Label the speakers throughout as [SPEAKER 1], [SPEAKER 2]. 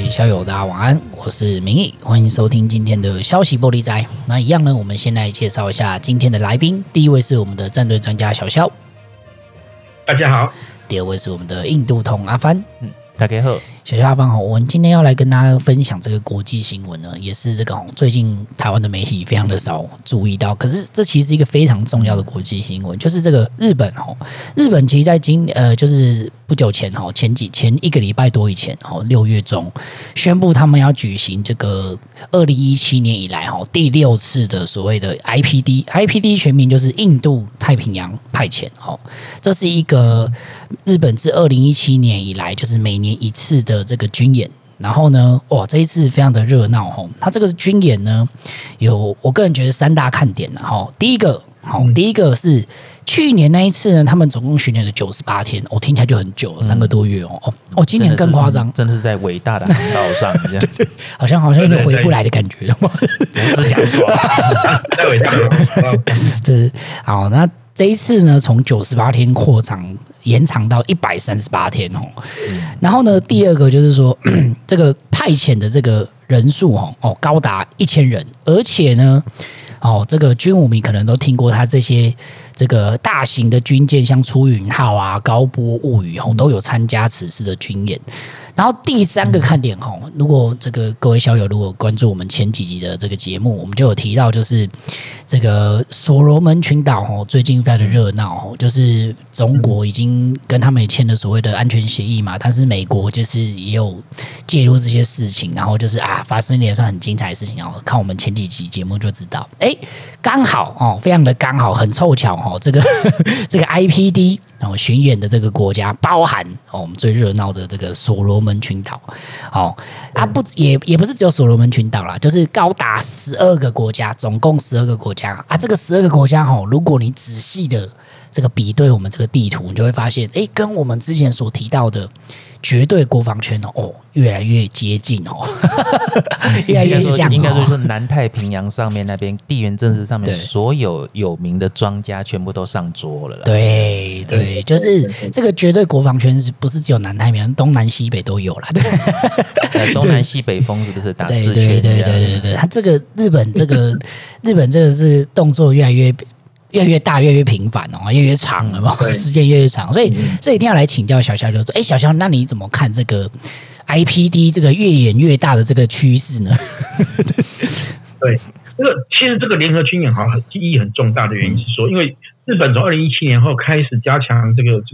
[SPEAKER 1] 位校友大家晚安，我是明义，欢迎收听今天的消息玻璃斋。那一样呢，我们先来介绍一下今天的来宾。第一位是我们的战队专家小肖，
[SPEAKER 2] 大家好。
[SPEAKER 1] 第二位是我们的印度通阿帆，
[SPEAKER 3] 大家好。
[SPEAKER 1] 小肖阿帆好，我们今天要来跟大家分享这个国际新闻呢，也是这个最近台湾的媒体非常的少注意到，可是这其实是一个非常重要的国际新闻，就是这个日本其实在就是不久前前一个礼拜多以前6月中宣布他们要举行这个2017年以来第6次的所谓的 IPD 全名就是印度太平洋派遣这是一个日本自2017年以来就是每年一次的这个军演。然后呢，这一次非常的热闹它这个军演呢，有我个人觉得3大看点第一个是去年那一次呢，他们总共训练了98天，听起来就很久了，3个多月今年更夸张，
[SPEAKER 3] 真的是在伟大的航道上，
[SPEAKER 1] 好像有点回不来的感觉，
[SPEAKER 3] 不是讲错，
[SPEAKER 2] 在伟大的航道，
[SPEAKER 1] 对，好，那这一次呢，从98天延长到138天然后呢，第二个就是说，这个派遣的这个人数高达1000人，而且呢，这个军武迷可能都听过他这个大型的军舰，像出云号啊、高波物语都有参加此次的军演。然后第3个看点如果这个各位校友如果关注我们前几集的这个节目，我们就有提到，就是这个所罗门群岛最近非常的热闹就是中国已经跟他们也签了所谓的安全协议嘛，但是美国就是也有介入这些事情，然后就是发生也算很精彩的事情看我们前几集节目就知道，刚好非常的刚好，很凑巧这个IPD巡演的这个国家包含我们最热闹的这个所罗门群岛也不是只有所罗门群岛啦，就是高达12个国家，总共12个国家这个12个国家如果你仔细的这个比对我们这个地图，你就会发现跟我们之前所提到的绝对国防圈越来越接近越来越像
[SPEAKER 3] 应该说南太平洋上面那边地缘政治上面所有有名的庄家全部都上桌了啦。
[SPEAKER 1] 对，就是这个绝对国防圈是不是只有南太平洋，东南西北都有啦。对，
[SPEAKER 3] 东南西北风是不是打4圈？
[SPEAKER 1] 对，他这个日本这个是动作越来越大，越来越频繁越来越长了嘛，时间越来越长，所以这一定要来请教小肖，就说，小肖，那你怎么看这个 IPD 这个越演越大的这个趋势呢？
[SPEAKER 2] 对，其实这个联合军演意义很重大的原因是说，因为日本从2017年后开始加强这个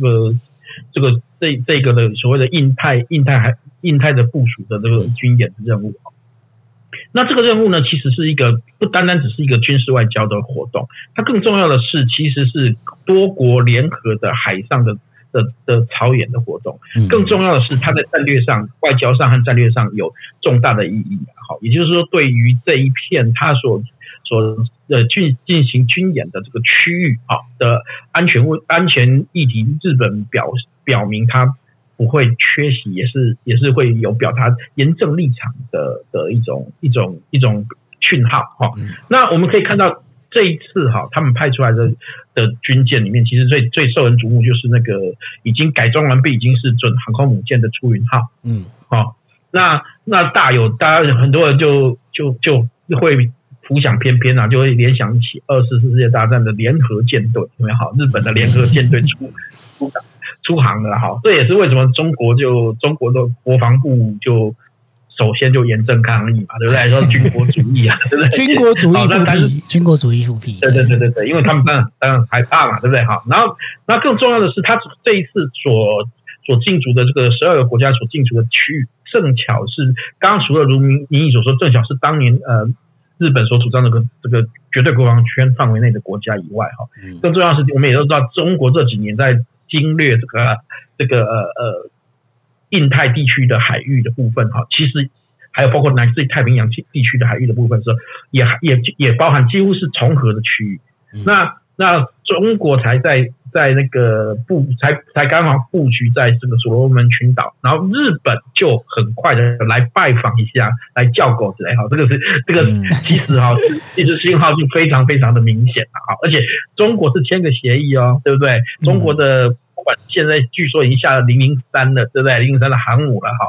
[SPEAKER 2] 的所谓的印太的部署的这个军演的任务。那这个任务呢，其实是一个不单单只是一个军事外交的活动，它更重要的是其实是多国联合的海上的操演的活动，更重要的是它在战略上、外交上和战略上有重大的意义。也就是说，对于这一片它所进行军演的这个区域的安全议题，日本表明它不会缺席，也是会有表达严正立场的一种讯号那我们可以看到这一次他们派出来的军舰里面，其实最受人瞩目就是那个已经改装完毕，已经是准航空母舰的出云号。那大家很多人就会浮想翩翩就会联想起2次世界大战的联合舰队，有没有日本的联合舰队出航了这也是为什么中国的国防部就首先就严正抗议嘛，对不对？说军国主义对不对？军国主义复辟，对，因为他们当然害怕嘛，对不对？然后那更重要的是，他这一次所进驻的这个12个国家所进驻的区域，正巧是刚刚除了如明义所说，正巧是当年日本所主张的这个绝对国防圈范围内的国家以外更重要的是，我们也都知道，中国这几年在侵略这个印太地区的海域的部分其实还有包括来自太平洋地区的海域的部分的时候，也包含几乎是重合的区域。那中国才在那个才刚好布局在这个所罗门群岛，然后日本就很快的来拜访一下，来叫狗子这个其实其实信号就非常非常的明显而且中国是签个协议对不对？中国的不管现在据说已经下了003了，对不对？003的航母了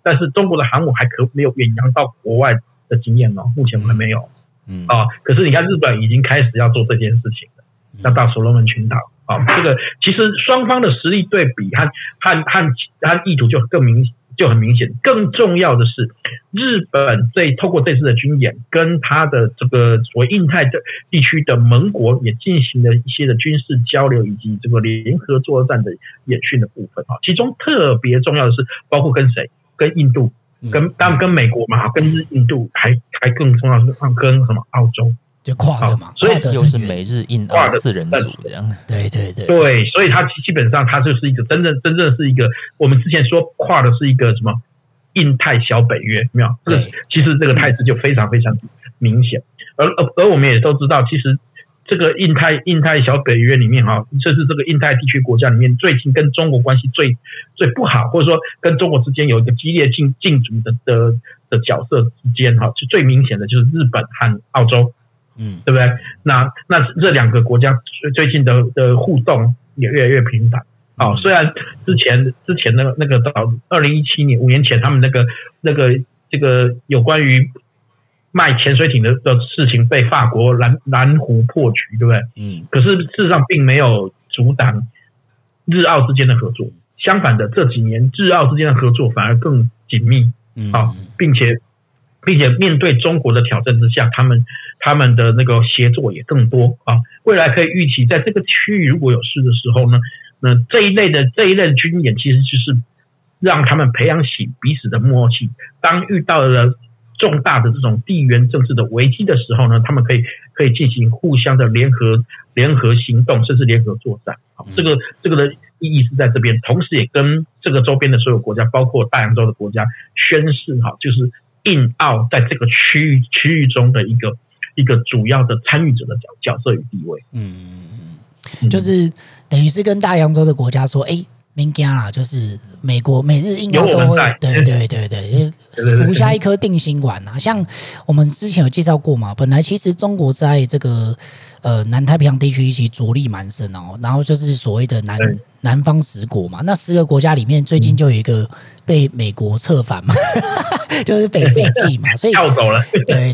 [SPEAKER 2] 但是中国的航母还没有远洋到国外的经验目前还没有。可是你看日本已经开始要做这件事情了，要到所罗门群岛。这个其实双方的实力对比和意图就很明显。更重要的是，日本透过这次的军演，跟他的这个所谓印太地区的盟国也进行了一些的军事交流，以及这个联合作战的演训的部分。其中特别重要的是，包括跟谁？跟印度，当然跟美国嘛，跟印度，还更重要的是跟什么澳洲。
[SPEAKER 1] 就跨的嘛，
[SPEAKER 3] 所以就是美日印澳4人组这样。
[SPEAKER 1] 对，
[SPEAKER 2] 所以它基本上它就是一个真正是一个，我们之前说跨的是一个什么印太小北约，没有？其实这个态势就非常非常明显。而我们也都知道，其实这个印太小北约里面甚至这个印太地区国家里面，最近跟中国关系最不好，或者说跟中国之间有一个激烈竞逐的角色之间是最明显的，就是日本和澳洲。对不对？那这两个国家最近的互动也越来越频繁。虽然之前那个到2017年5年前，他们这个有关于卖潜水艇的事情被法国蓝湖破局，对不对？可是事实上并没有阻挡日澳之间的合作，相反的，这几年日澳之间的合作反而更紧密。并且面对中国的挑战之下，他们的那个协作也更多。未来可以预期，在这个区域如果有事的时候呢，那这一类的军演其实就是让他们培养起彼此的默契。当遇到了重大的这种地缘政治的危机的时候呢，他们可以进行互相的联合行动，甚至联合作战。这个的意义是在这边，同时也跟这个周边的所有国家，包括大洋洲的国家宣示就是印澳在这个区域中的一个主要的参与者的角色与地位。
[SPEAKER 1] 就是等于是跟大洋洲的国家说，免惊啦，就是美日印澳都会，对，服下一颗定心丸啊。像我们之前有介绍过嘛，本来其实中国在这个南太平洋地区其实着力蛮深然后就是所谓的南方10国嘛，那10个国家里面最近就有一个被美国策反嘛，就是北斐济嘛，所以
[SPEAKER 2] 跳走了。
[SPEAKER 1] 对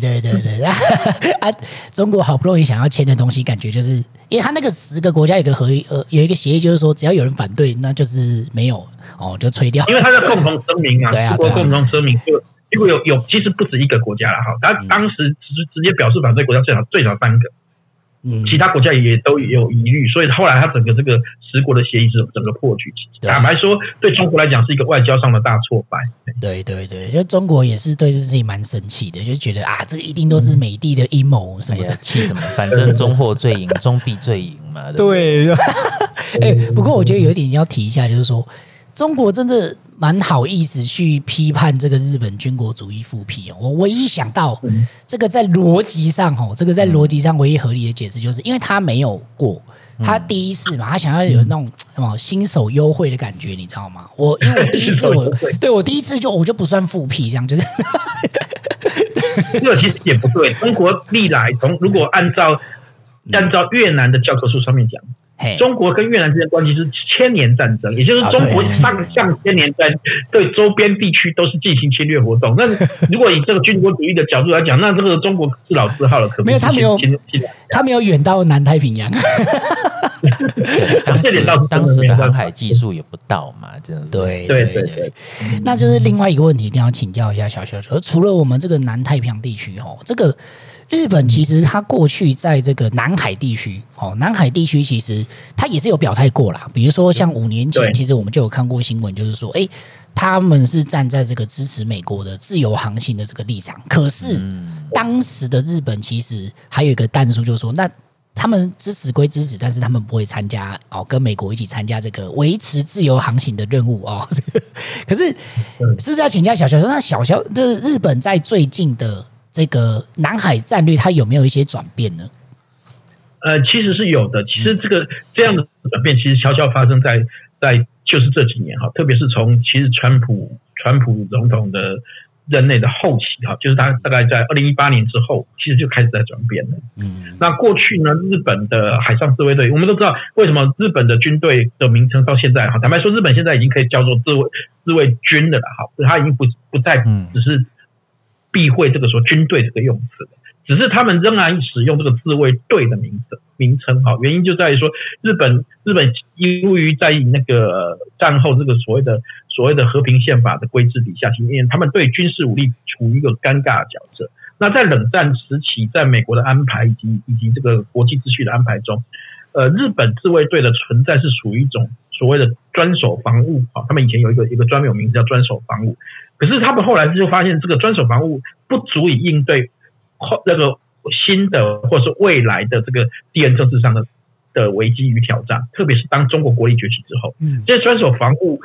[SPEAKER 1] 中国好不容易想要签的东西，感觉就是因为他那个10个国家有一个协议，就是说只要有人反对，那就是没有就吹掉。因
[SPEAKER 2] 为他的共同声明
[SPEAKER 1] 对啊，
[SPEAKER 2] 共同声明如果有其实不止一个国家了他当时直接表示反对国家最少3个。其他国家也都有疑虑，所以后来他整个这个10国的协议是整个破局。坦白说，对中国来讲是一个外交上的大挫败。
[SPEAKER 1] 对，就中国也是对这事情蛮生气的，就觉得这个一定都是美帝的阴谋什么的。
[SPEAKER 3] 气什么？反正中货最赢，中必最赢嘛。
[SPEAKER 1] 对。不过我觉得有一点要提一下，就是说中国真的蛮好意思去批判这个日本军国主义复辟我唯一想到这个在逻辑上唯一合理的解释，就是因为他没有过，他第一次嘛，他想要有那种什么新手优惠的感觉，你知道吗？因为我第一次我第一次我就不算复辟，这样就是。
[SPEAKER 2] 这个其实也不对，中国历来如果按照越南的教科书上面讲。中国跟越南之间的关系是千年战争，也就是中国上千年在对周边地区都是进行侵略活动。那如果以这个军国主义的角度来讲，那这个中国自老自好了，可没有
[SPEAKER 1] 他没有远到南太平洋。
[SPEAKER 3] 当时的航海技术也不到嘛，这样子。
[SPEAKER 1] 对。那就是另外一个问题，一定要请教一下小，除了我们这个南太平洋地区这个。日本其实它过去在这个南海地区其实它也是有表态过啦，比如说像5年前，其实我们就有看过新闻，就是说，他们是站在这个支持美国的自由航行的这个立场。可是当时的日本其实还有一个弹书，就是说，那他们支持归支持，但是他们不会参加跟美国一起参加这个维持自由航行的任务可是是不是要请教小说？那这日本在最近的这个南海战略，它有没有一些转变呢？
[SPEAKER 2] 其实是有的。其实这样的转变，其实悄悄发生在就是这几年特别是从其实川普总统的任内的后期就是他大概在2018年之后，其实就开始在转变了。那过去呢，日本的海上自卫队，我们都知道为什么日本的军队的名称到现在坦白说，日本现在已经可以叫做自卫军了它已经不再只是避讳这个说军队这个用词了。只是他们仍然使用这个自卫队的名称原因就在于说日本由于在那个战后这个所谓的和平宪法的规制底下，因为他们对军事武力处于一个尴尬的角色。那在冷战时期，在美国的安排以及这个国际秩序的安排中，日本自卫队的存在是属于一种所谓的专守防务他们以前有一个专有名字叫专守防务，可是他们后来就发现这个专守防务不足以应对那个新的或是未来的这个地缘政治上的危机与挑战，特别是当中国国力崛起之后，这些专守防务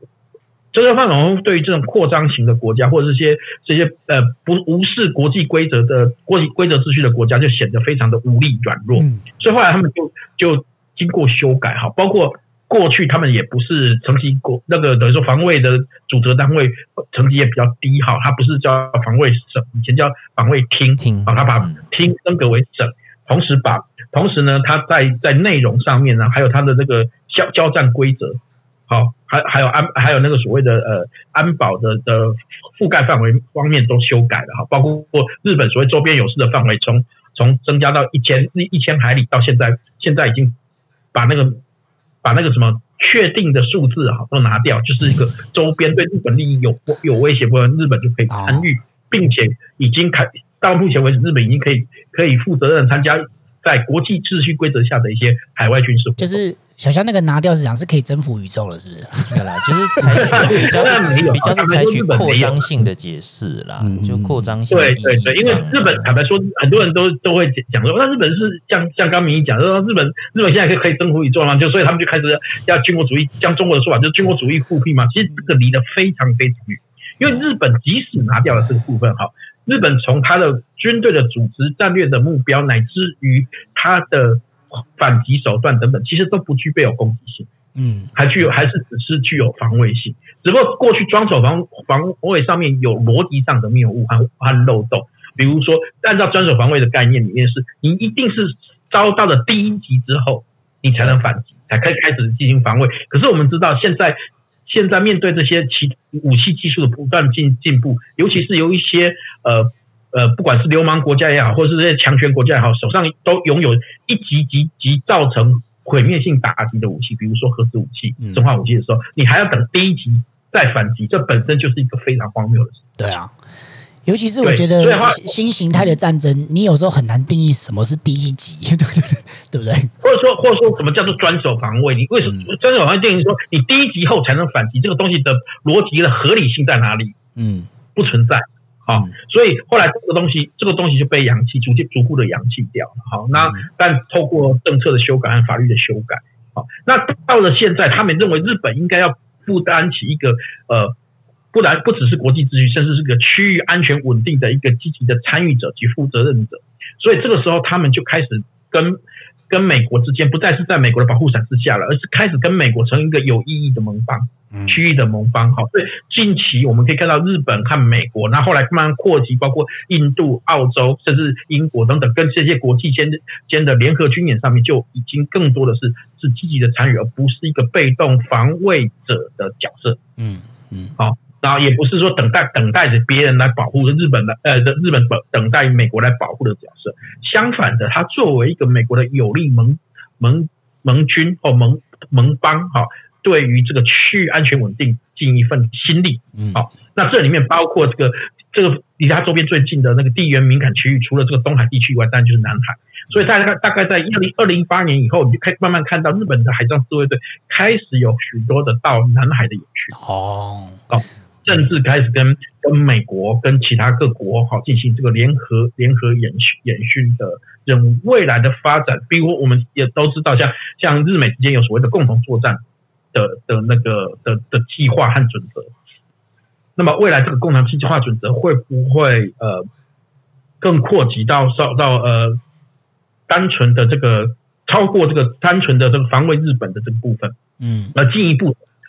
[SPEAKER 2] 对于这种扩张型的国家，或者是这些无视国际规则秩序的国家，就显得非常的无力软弱。所以后来他们就经过修改包括过去他们也不是层级那个等于说防卫的主责单位层级也比较低它不是叫防卫省，以前叫防卫厅他把厅升格为省，同时呢，他在内容上面呢，还有他的这个交战规则还有那个所谓的安保的覆盖范围方面都修改了包括日本所谓周边有事的范围从增加到1000海里到现在已经把那个什么确定的数字都拿掉，就是一个周边对日本利益有威胁，不然日本就可以参与，并且已经到目前为止，日本已经可以负责任参加在国际秩序规则下的一些海外军事活动。
[SPEAKER 1] 就是小肖那个拿掉是讲是可以征服宇宙了，是不是？
[SPEAKER 3] 没有啦，就是比较是采取扩张性的解释啦，就扩张性的意义上。
[SPEAKER 2] 对，因为日本坦白说，很多人都会讲说，那日本是像刚明一讲说，日本现在可以征服宇宙嘛，所以他们就开始要军国主义，像中国的说法就是军国主义复辟嘛。其实这个离得非常非常远，因为日本即使拿掉了这个部分日本从他的军队的组织、战略的目标，乃至于他的反击手段等等，其实都不具备有攻击性，还是只是具有防卫性。只不过过去专守防卫上面有逻辑上的谬误和漏洞，比如说按照专守防卫的概念里面是，你一定是遭到了第一击之后，你才能反击，才可以开始进行防卫。可是我们知道现在面对这些武器技术的不断进步，尤其是有一些不管是流氓国家也好，或是这些强权国家也好，手上都拥有一级造成毁灭性打击的武器，比如说核子武器、生化武器的时候，你还要等第一级再反击，这本身就是一个非常荒谬的事。
[SPEAKER 1] 对啊，尤其是我觉得新形态的战争，你有时候很难定义什么是第一级，对不对？
[SPEAKER 2] 或者说什么叫做专守防卫？你为什么专守防卫定义说你第一级后才能反击？这个东西的逻辑的合理性在哪里？不存在。所以后来这个东西就被逐步的扬弃掉了。那但透过政策的修改和法律的修改，那到了现在，他们认为日本应该要负担起一个不只是国际秩序，甚至是个区域安全稳定的一个积极的参与者及负责任者。所以这个时候，他们就开始跟美国之间不再是在美国的保护伞之下了，而是开始跟美国成一个有意义的盟邦。区域的盟邦所以近期我们可以看到日本和美国，那后来慢慢扩及包括印度、澳洲甚至英国等等，跟这些国际间的联合军演上面，就已经更多的是积极的参与，而不是一个被动防卫者的角色。然后也不是说等待着别人来保护日本等待美国来保护的角色。相反的，他作为一个美国的有力盟军或盟邦对于这个区域安全稳定尽一份心力。那这里面包括这个离它周边最近的那个地缘敏感区域，除了这个东海地区以外，当然就是南海。所以大概在2018年以后，你就开始慢慢看到日本的海上自卫队开始有许多的到南海的演训。甚至开始跟美国跟其他各国进行这个联合演训的任务。未来的发展，比如我们也都知道，像日美之间有所谓的共同作战的那个的计划和准则。那么未来这个共同计划准则会不会更扩及到单纯的这个超过这个单纯的这个防卫日本的这个部分？进一步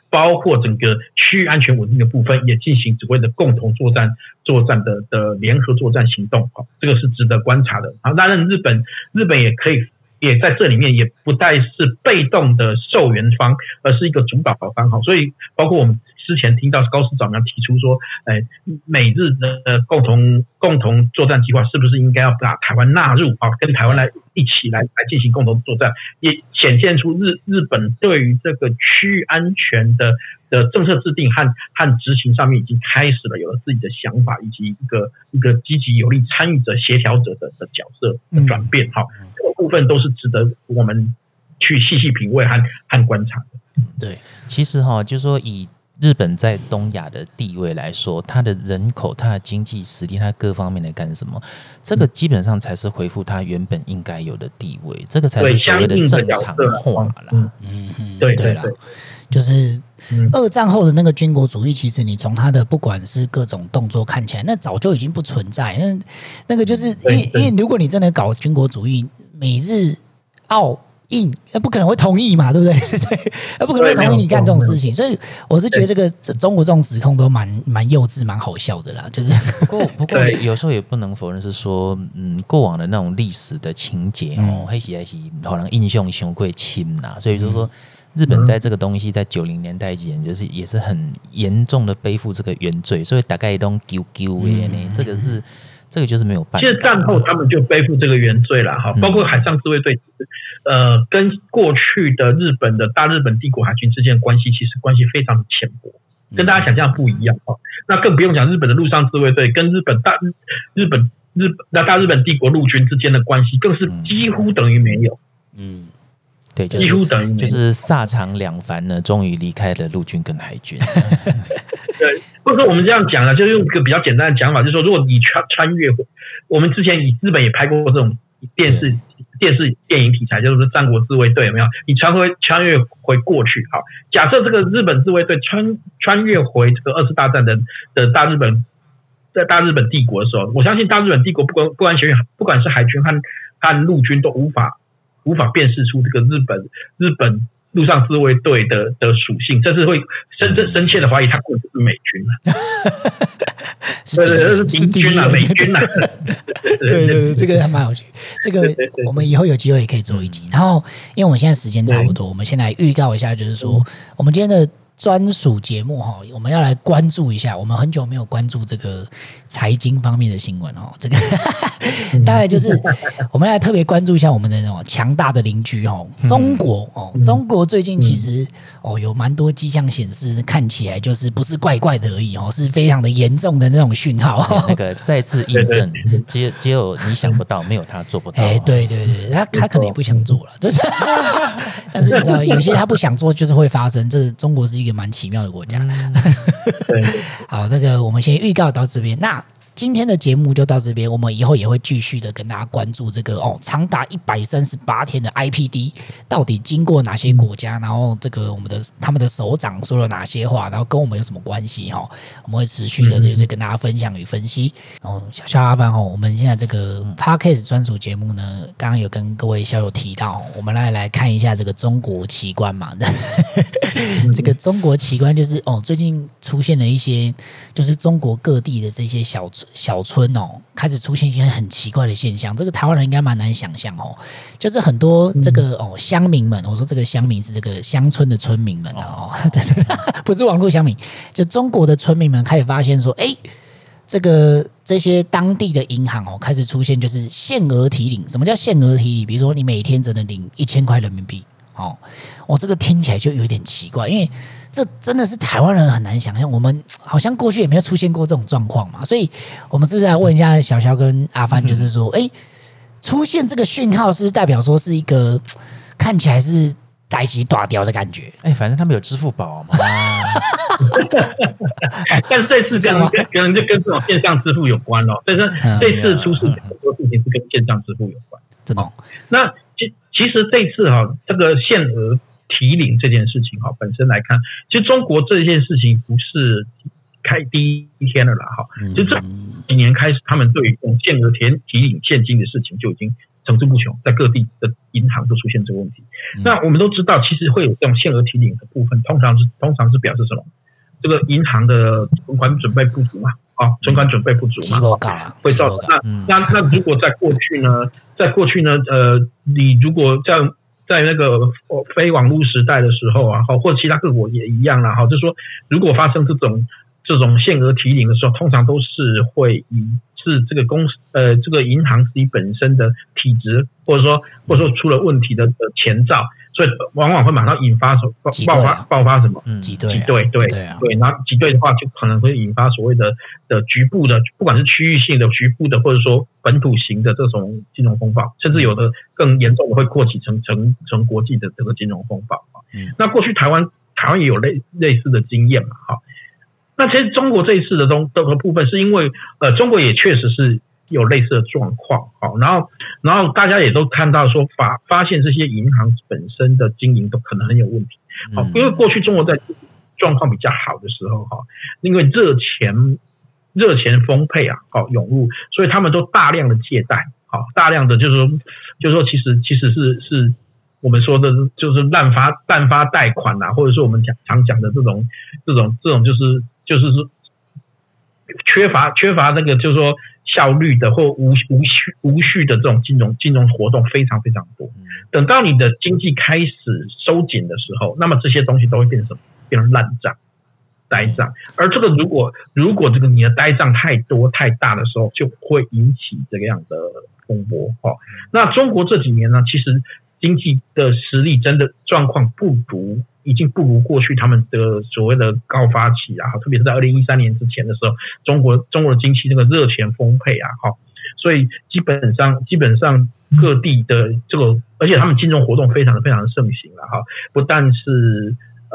[SPEAKER 2] 包括整个区域安全稳定的部分，也进行所谓的共同作战的联合作战行动，这个是值得观察的。当然，日本也可以。也在这里面也不再是被动的受援方，而是一个主导方。所以包括我们之前听到高市长提出说，美日的共同作战计划是不是应该要把台湾纳入跟台湾来一起来进行共同作战，也显现出日本对于这个区域安全的政策制定和执行上面已经开始了有了自己的想法，以及一个积极有力参与者、协调者的角色的转变。这个部分都是值得我们去细细品味和观察的。
[SPEAKER 3] 对，其实就是说以日本在东亚的地位来说，它的人口、它的经济实力、它各方面的干什么，这个基本上才是恢复它原本应该有的地位，这个才是所谓的正常化啦。
[SPEAKER 2] 对
[SPEAKER 1] 啦，就是二战后的那个军国主义，其实你从它的不管是各种动作看起来，那早就已经不存在。那个就是因为如果你真的搞军国主义，美日澳印不可能会同意嘛，对不对？对，不可能会同意你干这种事情，所以我是觉得这个中国这种指控都蛮幼稚、蛮好笑的啦。就是
[SPEAKER 3] 不过有时候也不能否认是说，过往的那种历史的情节那是可能印象太过深啦，所以就是说。日本在这个东西在90年代前就是也是很严重的背负这个原罪，所以大概都丢的呢，这个就是没有办法。
[SPEAKER 2] 其实战后他们就背负这个原罪了包括海上自卫队，跟过去的日本的大日本帝国海军之间的关系，其实关系非常的浅薄，跟大家想象不一样那更不用讲日本的陆上自卫队跟大日本帝国陆军之间的关系，更是几乎等于没有。
[SPEAKER 3] 对，几乎等于就是萨长两藩呢，终于离开了陆军跟海军。
[SPEAKER 2] 对，或者说我们这样讲就是用一个比较简单的讲法，就是说，如果你穿越，我们之前日本也拍过这种电视电影题材，就是战国自卫队有没有？你穿越回过去，假设这个日本自卫队穿越回这个2次大战的大日本帝国的时候，我相信大日本帝国不管是海军和陆军都无法辨识出这个日本陆上自卫队的属性，甚至会深切的怀疑它根本不是美军对，是敌军美军
[SPEAKER 1] 对，这个还蛮有趣。这个我们以后有机会也可以做一集。然后，因为我们现在时间差不多，我们先来预告一下，就是说我们今天的专属节目我们要来关注一下，我们很久没有关注这个财经方面的新闻这个大概就是我们来特别关注一下我们的那种强大的邻居中国中国最近其实有蛮多迹象显示，看起来就是不是怪怪的而已是非常的严重的那种讯号。
[SPEAKER 3] 那个再次印证，只有你想不到，没有他做不到。
[SPEAKER 1] 对，他可能也不想做了，就是但是你知道，有些他不想做就是会发生。这中国是一个蛮奇妙的国家。好，那个我们先预告到这边。那今天的节目就到这边，我们以后也会继续的跟大家关注这个长达138天的 IPD 到底经过哪些国家，然后这个他们的首长说了哪些话，然后跟我们有什么关系我们会持续的就是跟大家分享与分析。小阿凡我们现在这个 Podcast 专属节目呢，刚刚有跟各位校友提到，我们来看一下这个中国奇观嘛。这个中国奇观就是最近出现了一些就是中国各地的这些小村开始出现一些很奇怪的现象，这个台湾人应该蛮难想象就是很多这个乡民们，我说这个乡民是这个乡村的村民们不是网络乡民，就中国的村民们开始发现说，这些当地的银行开始出现就是限额提领。什么叫限额提领？比如说你每天只能领1000块人民币这个听起来就有点奇怪，因为这真的是台湾人很难想象，我们好像过去也没有出现过这种状况嘛，所以我们是不是来问一下小肖跟阿帆，就是说，出现这个讯号是代表说是一个看起来是代级大条的感觉？
[SPEAKER 3] 反正他们有支付宝嘛。
[SPEAKER 2] 但是这次可能就跟这种线上支付有关所以说这次出事很多事情是跟线上支付有关。
[SPEAKER 1] 真的
[SPEAKER 2] 那其实这次这个限额提领这件事情本身来看，其实中国这件事情不是开第一天了啦就这几年开始，他们对于这种限额提领现金的事情就已经层出不穷，在各地的银行都出现这个问题。那我们都知道，其实会有这种限额提领的部分，通常是表示什么？这个银行的存款准备不足嘛，存款准备不足嘛，会造成那如果在过去呢，你如果在那个非网络时代的时候啊，或者其他各国也一样啦，就是说，如果发生这种限额提领的时候，通常都是会是这个这个银行自己本身的体质，或者说出了问题的前兆，所以往往会马上引发爆发什么
[SPEAKER 1] 挤兑，
[SPEAKER 2] 对，然后挤兑的话，就可能会引发所谓的局部的，不管是区域性的、局部的，或者说本土型的这种金融风暴，甚至有的更严重的会扩起成国际的这个金融风暴。那过去台湾也有类似的经验嘛，那其实中国这一次的部分，是因为中国也确实是有类似的状况，然后大家也都看到说发现这些银行本身的经营都可能很有问题，因为过去中国在状况比较好的时候，因为热钱丰沛涌入，所以他们都大量的借贷，大量的就是说其实是我们说的就是滥发贷款或者说我们常讲的这种就是缺乏那个就是说效率的或无序的这种金融活动非常非常多。等到你的经济开始收紧的时候，那么这些东西都会变成烂账、呆账。而这个如果这个你的呆账太多太大的时候，就会引起这个样的风波。那中国这几年呢，其实经济的实力真的状况已经不如过去他们的所谓的高发期特别是在2013年之前的时候，中国的经济那个热钱丰沛所以基本上各地的这个，而且他们金融活动非常的盛行不但是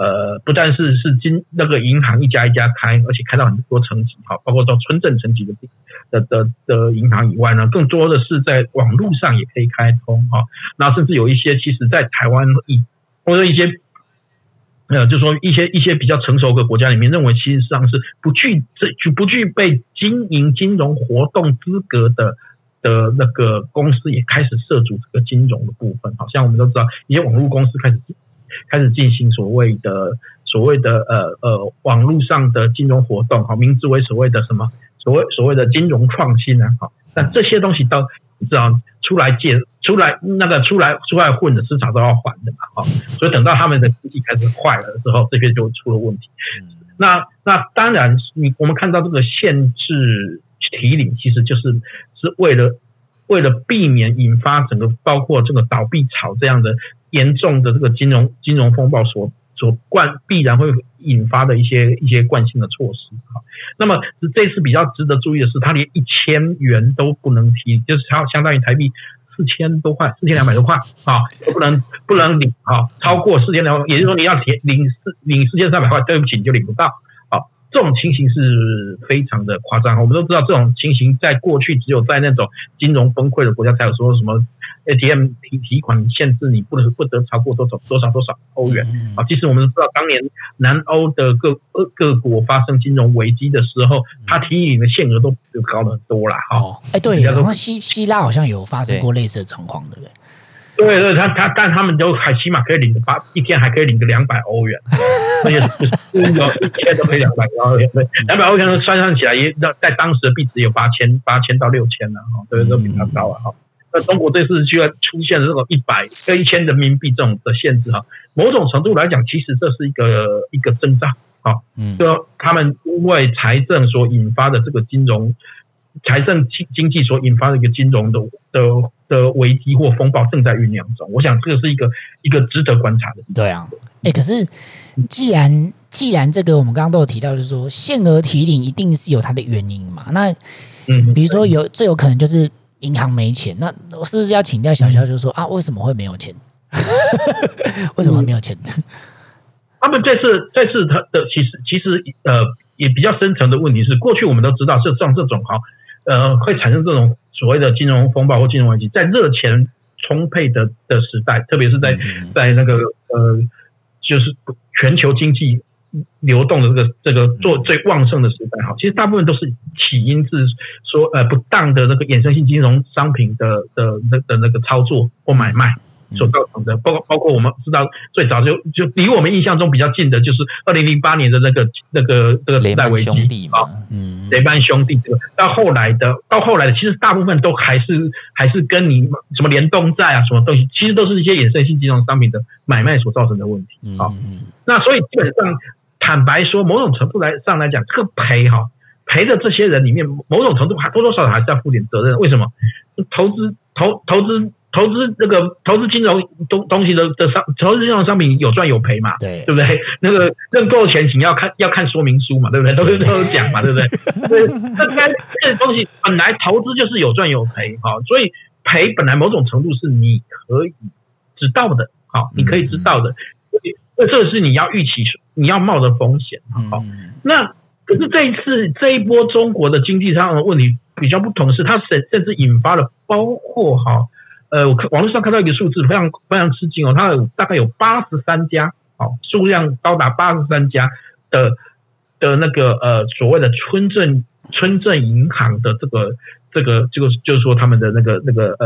[SPEAKER 2] 那个银行一家一家开，而且开到很多层级包括到村镇层级的银行以外呢，更多的是在网络上也可以开通那甚至有一些其实在台湾或者一些就是说一些比较成熟的国家里面认为，其实上是不具备经营金融活动资格的那个公司也开始涉足这个金融的部分。好像我们都知道，一些网络公司开始进行所谓的网络上的金融活动，名字为所谓的什么所谓的金融创新但这些东西都你知道出来混的迟早都要还的嘛所以等到他们的经济开始坏了之后，这边就出了问题。那当然我们看到这个限制提领，其实是为了避免引发整个包括这个倒闭潮这样的严重的这个金融风暴所必然会引发的一些惯性的措施。那么这次比较值得注意的是，它连1000元都不能提，就是它相当于台币4000多块，4200多块不能领超过4200，也就是说你要领4300块，对不起你就领不到。这种情形是非常的夸张。我们都知道这种情形在过去只有在那种金融崩溃的国家才有说什么 ATM 提款限制你不得超过多少欧元其实我们知道当年南欧的各国发生金融危机的时候，它提领的限额都高了很多啦
[SPEAKER 1] 对，然后希腊好像有发生过类似的状况，对不对？
[SPEAKER 2] 对，但他们都还起码可以领一天还可以领个200欧元，而且有一天都可以200欧元，对，200欧元算上起来也在当时的币值有8000到6000了对，都比较高了那中国这次居然出现了这种100跟1000人民币这种的限制某种程度来讲，其实这是一个征兆就他们因为财政所引发的这个财政经济所引发的一个金融的危机或风暴正在酝酿中，我想这个是一个值得观察的。
[SPEAKER 1] 对啊，可是既然这个我们刚刚都有提到，就是说限额提领一定是有它的原因嘛？那比如说最有可能就是银行没钱，那我是不是要请教小肖，就是说为什么会没有钱？为什么没有钱？
[SPEAKER 2] 他们这次他的其实也比较深层的问题是，过去我们都知道是像这种会产生这种所谓的金融风暴或金融危机，在热钱充沛的时代，特别是在那个就是全球经济流动的这个做最旺盛的时代哈，其实大部分都是起因是说不当的那个衍生性金融商品的那个操作或买卖所造成的，包括我们知道最早就离我们印象中比较近的就是2008年的这个次贷危机啊，雷曼兄弟这个到后来的，其实大部分都还是跟你什么联动债啊什么东西，其实都是一些衍生性金融商品的买卖所造成的问题啊。那所以基本上坦白说，某种程度上来讲，这个赔的这些人里面，某种程度多多少少还是要负点责任。为什么？投资金融东西的投资金融商品有赚有赔嘛，对不对？那个认购前请要看说明书嘛，对不对？都有讲嘛，对不对？所以这些东西本来投资就是有赚有赔，所以赔本来某种程度是你可以知道的，你可以知道的，这个是你要预期你要冒的风险，那可是这一波中国的经济上的问题比较不同的是，它甚至引发了包括我网络上看到一个数字非常非常吃惊它大概有83家数量高达83家的那个所谓的村镇银行的这个就是说他们的那个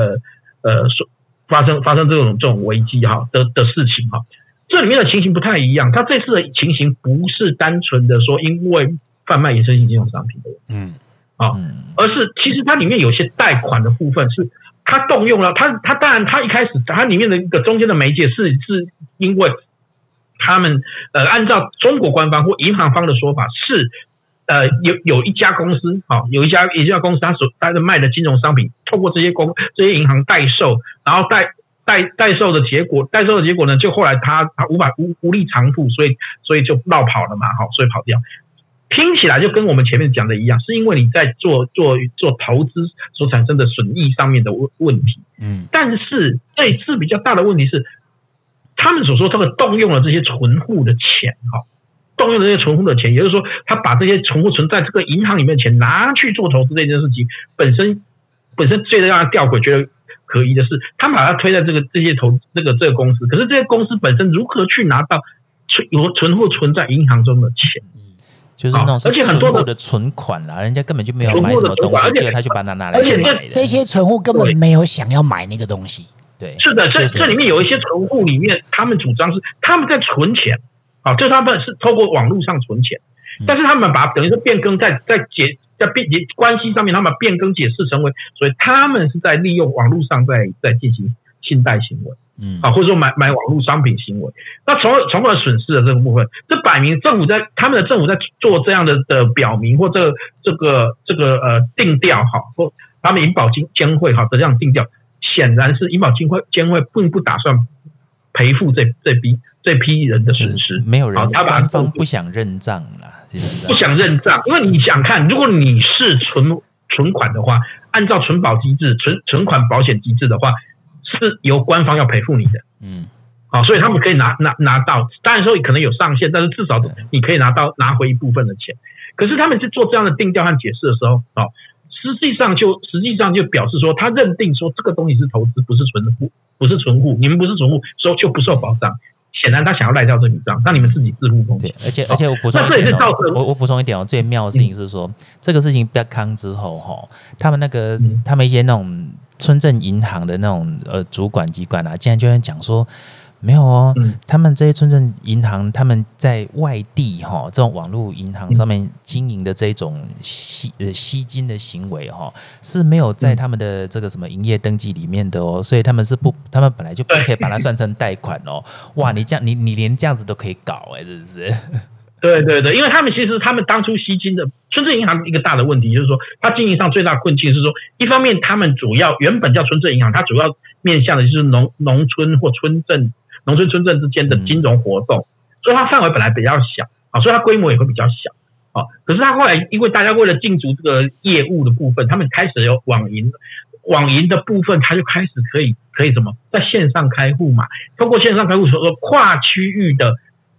[SPEAKER 2] 发生这种危机的事情这里面的情形不太一样，它这次的情形不是单纯的说因为贩卖衍生性金融商品的问题，而是其实它里面有些贷款的部分是它动用了它当然它一开始它里面的一个中间的媒介是因为他们按照中国官方或银行方的说法是有一家公司有一家公司它卖的金融商品透过这些银行代售，然后代售的结果呢，就后来他无力偿付，所以就绕跑了嘛，所以跑掉。听起来就跟我们前面讲的一样，是因为你在做投资所产生的损益上面的问题。但是这一次比较大的问题是，他们所说这个动用了这些存户的钱，也就是说，他把这些存户存在这个银行里面的钱拿去做投资这件事情，本身最让他吊诡觉得可疑的是，他们把它推在这个公司，可是这些公司本身如何去拿到存户存在银行中的钱？
[SPEAKER 3] 就是那种而且很多的存款啦，人家根本就没有买什么东西，结果他就把它拿来去买了。
[SPEAKER 1] 这些存户根本没有想要买那个东西。
[SPEAKER 3] 对，
[SPEAKER 2] 是的，这里面有一些存户里面，他们主张是他们在存钱，就是他们是透过网络上存钱，但是他们把等于是变更在关系上面，他们变更解释成为，所以他们是在利用网络上在进行信贷行为。或者说买网络商品行为，那从而损失了这个部分，这摆明他们的政府在做这样的表明或这个定调或他们银保监会的这样定调，显然是银保监会并不打算赔付这批人的损失，
[SPEAKER 3] 没有人官方不想认账啦，
[SPEAKER 2] 不想认账，因为你想看，如果你是存款的话，按照存保机制、存款保险机制的话。是由官方要赔付你的，所以他们可以拿到，当然说可能有上限，但是至少你可以拿回一部分的钱。可是他们在做这样的定调和解释的时候，实际上就表示说，他认定说这个东西是投资，不是存户，你们不是存户，所以就不受保障。显然他想要赖掉这笔账，让你们自己自负风险。
[SPEAKER 3] 而且我补充一点我补充一点最妙的事情是说，这个事情比较康之后他们他们一些那种村镇银行的那种主管机关竟然就在讲说，没有他们这些村镇银行，他们在外地这种网络银行上面经营的这种吸金的行为是没有在他们的这个什么营业登记里面的所以他们本来就不可以把它算成贷款哇，你这样你连这样子都可以搞真的是。
[SPEAKER 2] 对，因为他们当初吸金的村镇银行一个大的问题就是说，它经营上最大困境是说，一方面他们原本叫村镇银行，它主要面向的就是农村或村镇之间的金融活动，所以它范围本来比较小所以它规模也会比较小可是它后来因为大家为了进驻这个业务的部分，他们开始有网银的部分，它就开始可以怎么在线上开户嘛，通过线上开户所说跨区域的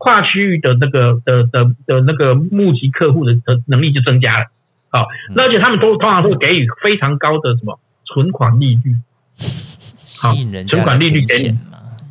[SPEAKER 2] 那个募集客户的能力就增加了那而且他们通常会给予非常高的什么存款利率，
[SPEAKER 3] 吸引人家
[SPEAKER 2] 存款利率给你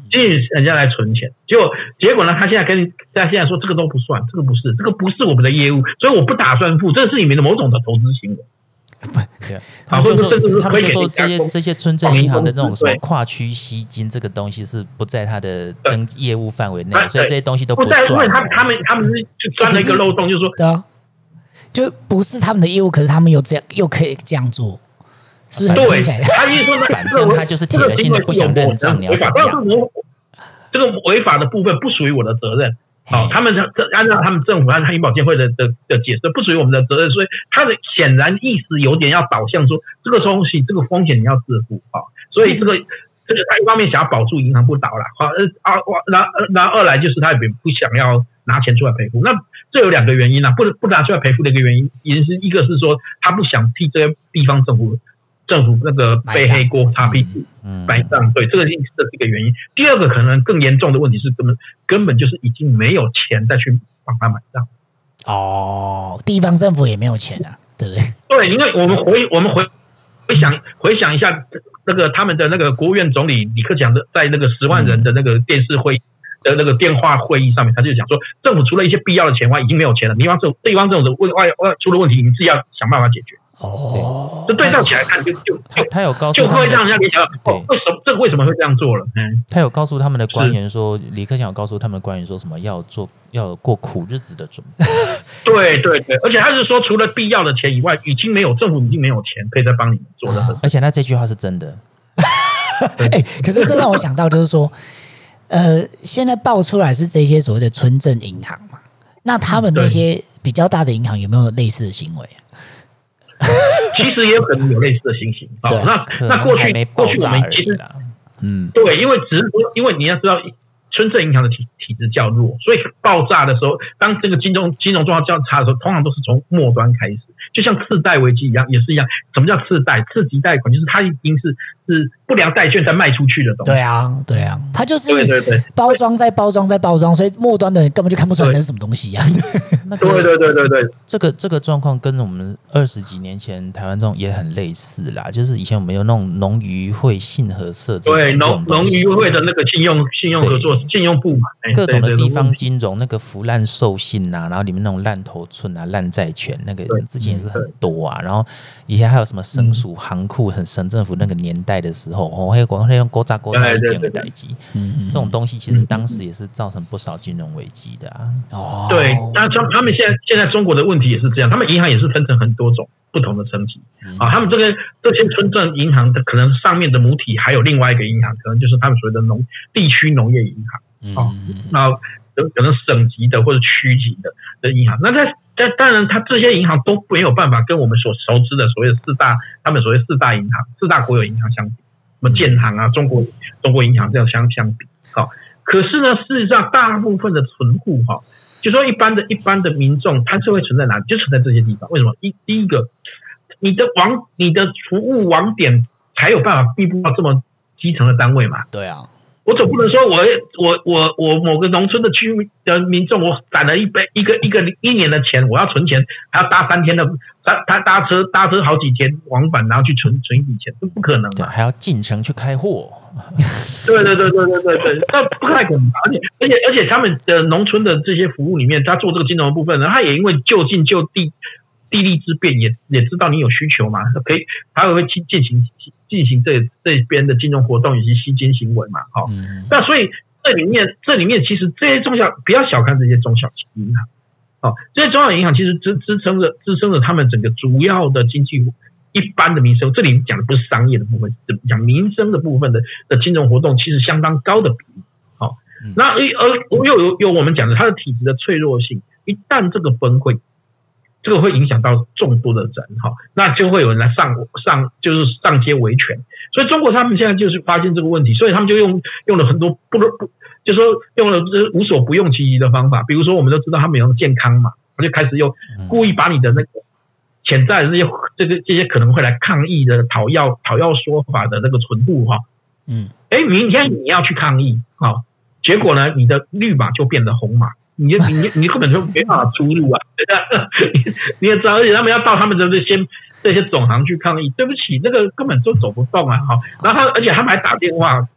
[SPEAKER 2] 吸引人家来存钱，结果呢，他现在说这个都不算，这个不是我们的业务，所以我不打算付，这是你们的某种的投资行为。
[SPEAKER 3] 他们就说这些村镇银行的那种什么跨区吸金这个东西是不在他的业务范围内，所以这些东西都不算。
[SPEAKER 2] 因为他们就钻了一个漏洞，就是说，
[SPEAKER 1] 对啊，就不是他们的业务，可是他们又可以这样做，是不是？
[SPEAKER 2] 对，他意思说，
[SPEAKER 3] 反正他就是铁了心的不想认账，你要怎么样？
[SPEAKER 2] 这个违法的部分不属于我的责任。好，他们按照他们政府、按照银保监会的解释，不属于我们的责任，所以他的显然意思有点要导向说，这个东西、这个风险你要自负啊。所以这个他一方面想要保住银行不倒了，好，那二来就是他也不想要拿钱出来赔付。那这有2个原因啊，不拿出来赔付的一个原因是一个是说他不想替这些地方政府那个背黑锅擦屁股白账，对，这是一个原因。第二个可能更严重的问题是根本就是已经没有钱再去帮他买账。
[SPEAKER 1] 哦，地方政府也没有钱啊，对不对？
[SPEAKER 2] 对，因为我们回想一下那个他们的那个国务院总理李克强的在那个10万人的那个电视会的那个电话会议上面，他就讲说，政府除了一些必要的钱外，已经没有钱了。地方政府出了问题，你自己要想办法解决。
[SPEAKER 1] 哦，
[SPEAKER 2] 这对照起来看，
[SPEAKER 3] 他有告诉
[SPEAKER 2] 就会让人家联想到，为什么会这样做了？
[SPEAKER 3] 他有告诉他们的官员说，李克强有告诉他们的官员说什么要过苦日子的准备。
[SPEAKER 2] 对，而且他是说，除了必要的钱以外，政府已经没有钱可以再帮你们做了。
[SPEAKER 3] 而且他这句话是真的。
[SPEAKER 1] 可是这让我想到，就是说，现在爆出来是这些所谓的村镇银行嘛，那他们那些比较大的银行有没有类似的行为？
[SPEAKER 2] 其实也有可能有类似的情形。那过去我们其实对，因为你要知道，村镇银行的体质较弱，所以爆炸的时候，当这个金融状况较差的时候，通常都是从末端开始，就像次贷危机一样，也是一样。什么叫次贷？次级贷款就是它已经是不良债券再卖出去的东西。
[SPEAKER 1] 对啊，它就是包装再包装再包装，所以末端的人根本就看不出来那是什么东西啊。
[SPEAKER 2] 对，
[SPEAKER 3] 这个状况跟我们20几年前台湾这种也很类似啦，就是以前我们有那种农渔会信合社，对，
[SPEAKER 2] 农渔会的那个信用合作信用部嘛，
[SPEAKER 3] 各种的地方金融那个腐烂授信啊，然后里面那种烂头寸啊、烂债权那个之前也是很多啊，然后以前还有什么省属行库、很省政府那个年代的时候，还有那种勾扎一件的代际，这种东西其实当时也是造成不少金融危机的啊。
[SPEAKER 2] 对，那他们现在中国的问题也是这样，他们银行也是分成很多种不同的层级啊。他们这些村镇银行的可能上面的母体还有另外一个银行，可能就是他们所谓的地区农业银行啊，那可能省级的或者区级的银行。那当然，它这些银行都没有办法跟我们所熟知的所谓的他们所谓四大银行、4大国有银行相比，什么建行啊、中国银行这样相比。好，可是呢，事实上大部分的存户就说一般的民众，它是会存在哪里？就存在这些地方。为什么？第一个，你的服务网点才有办法密布到这么基层的单位嘛？
[SPEAKER 1] 对啊。
[SPEAKER 2] 我总不能说我某个农村的区域的民众，我攒了一年的钱，我要存钱，还要搭3天的搭车好几天往返，然后去存一笔钱，这不可能嘛？
[SPEAKER 3] 还要进城去开货。
[SPEAKER 2] 对，那不太可能。而且他们的农村的这些服务里面，他做这个金融的部分呢，他也因为就近就地利之便，也知道你有需求嘛，可以他会进行这边的金融活动以及吸金行为嘛，那所以这里面其实这些不要小看这些中小型银行，这些中小银行其实支撑着他们整个主要的经济一般的民生，这里讲的不是商业的部分，讲民生的部分的金融活动，其实相当高的比例。那又有我们讲的它的体质的脆弱性，一旦这个崩溃，这个会影响到众多的人那就会有人来就是上街维权。所以中国他们现在就是发现这个问题，所以他们就用了很多就说用了无所不用其极的方法。比如说我们都知道他们有健康嘛，他就开始用故意把你的那个潜在的这些可能会来抗议的讨要说法的那个存户明天你要去抗议结果呢，你的绿码就变得红码。你根本就没办法出入啊！你也知道，而且他们要到他们的这些总行去抗议，对不起，这个根本就走不动啊！然后而且他们还打电话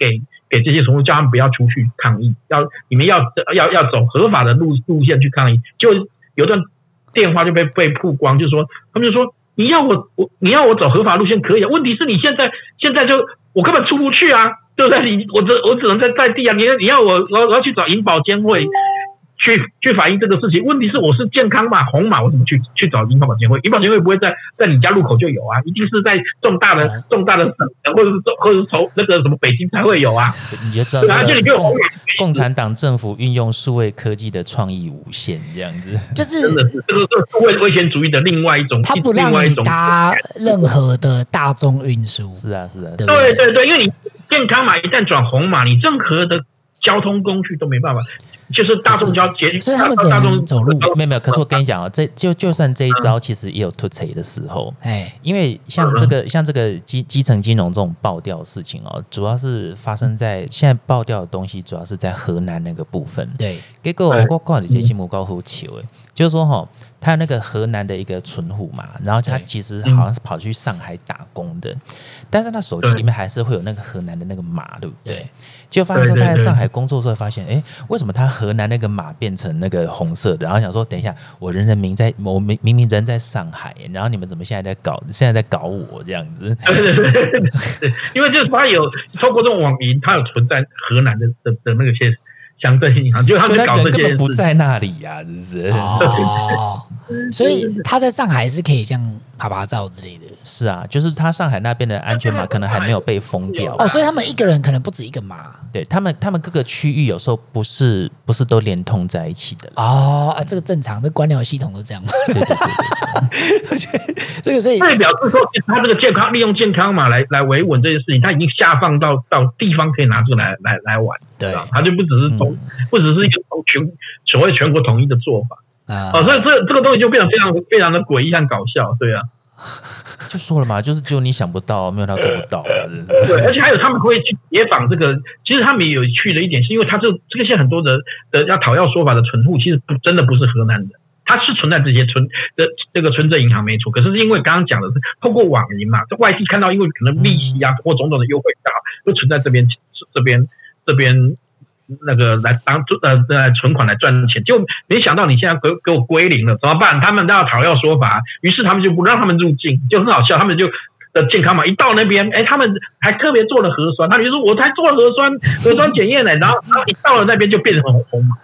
[SPEAKER 2] 给这些宠物，叫他们不要出去抗议，你们要走合法的路线去抗议。就有段电话就被曝光，就是说他们就说你要我走合法路线可以啊，问题是你现在就我根本出不去啊，对不对？我只能在地啊，你要我要去找银保监会。去反映这个事情，问题是我是健康码红码，我怎么去找银保监会？银保监会不会在你家路口就有啊？一定是在重大的省或者是从那个什么北京才会有啊。
[SPEAKER 3] 你就知道，共产党政府运用数位科技的创意无限，这样子，
[SPEAKER 1] 就是
[SPEAKER 2] 真的是这个数位危险主义的另外一种，
[SPEAKER 1] 它不让你搭任何的大众运输。
[SPEAKER 3] 是啊，
[SPEAKER 2] 对，因为你健康码一旦转红码，你任何的交通工具都没办法。就是大众
[SPEAKER 1] 所以他们只能走路。
[SPEAKER 3] 没有。可是我跟你讲哦，就算这一招，其实也有突锤的时候。因为像这个基层金融这种爆掉的事情哦，主要是发生在现在爆掉的东西，主要是在河南那个部分。
[SPEAKER 1] 对，
[SPEAKER 3] 结果我挂的这新闻高好球诶，就是说哈，他那个河南的一个存户嘛，然后他其实好像是跑去上海打工的，但是他手机里面还是会有那个河南的那个码，对不对？结果发现说他在上海工作的时候发现，为什么他河南那个码变成那个红色的？然后想说，等一下，我明明人在上海，然后你们怎么现在在搞我这样子？
[SPEAKER 2] 对，因为就是他有透过这种网银，他有存在河南的那个些乡镇银行，就他们搞这些
[SPEAKER 3] 根本不在那里呀，是不是？
[SPEAKER 1] 哦，所以他在上海是可以像爬照之类的。
[SPEAKER 3] 是啊，就是他上海那边的安全码可能还没有被封掉
[SPEAKER 1] 哦，所以他们一个人可能不止一个码。
[SPEAKER 3] 对，他们各个区域有时候不是都连通在一起的
[SPEAKER 1] 哦。这个正常，这官僚系统都这样。对，这个所以
[SPEAKER 2] 代表是说，他这个利用健康码来维稳这件事情，他已经下放到地方可以拿出来玩。
[SPEAKER 1] 对，
[SPEAKER 2] 他就不只是一个所谓全国统一的做法所以这个东西就变得非常非常的诡异和搞笑，对啊。
[SPEAKER 3] 就说了嘛，就是只有你想不到，没有他做不到。
[SPEAKER 2] 对，而且还有他们会去解访这个，其实他们也有趣的一点，是因为他这个现在很多的要讨要说法的存户，其实真的不是河南人，他是存在这些这个村镇银行没错，可是因为刚刚讲的是透过网银嘛，在外地看到，因为可能利息啊或种种的优惠大，就存在这边那个来当存款来赚钱，就没想到你现在给我归零了，怎么办？他们都要讨要说法，于是他们就不让他们入境，就很好笑。他们就的健康码一到那边，他们还特别做了核酸，他们就说我才做了核酸检验呢，然后一到了那边就变成红码。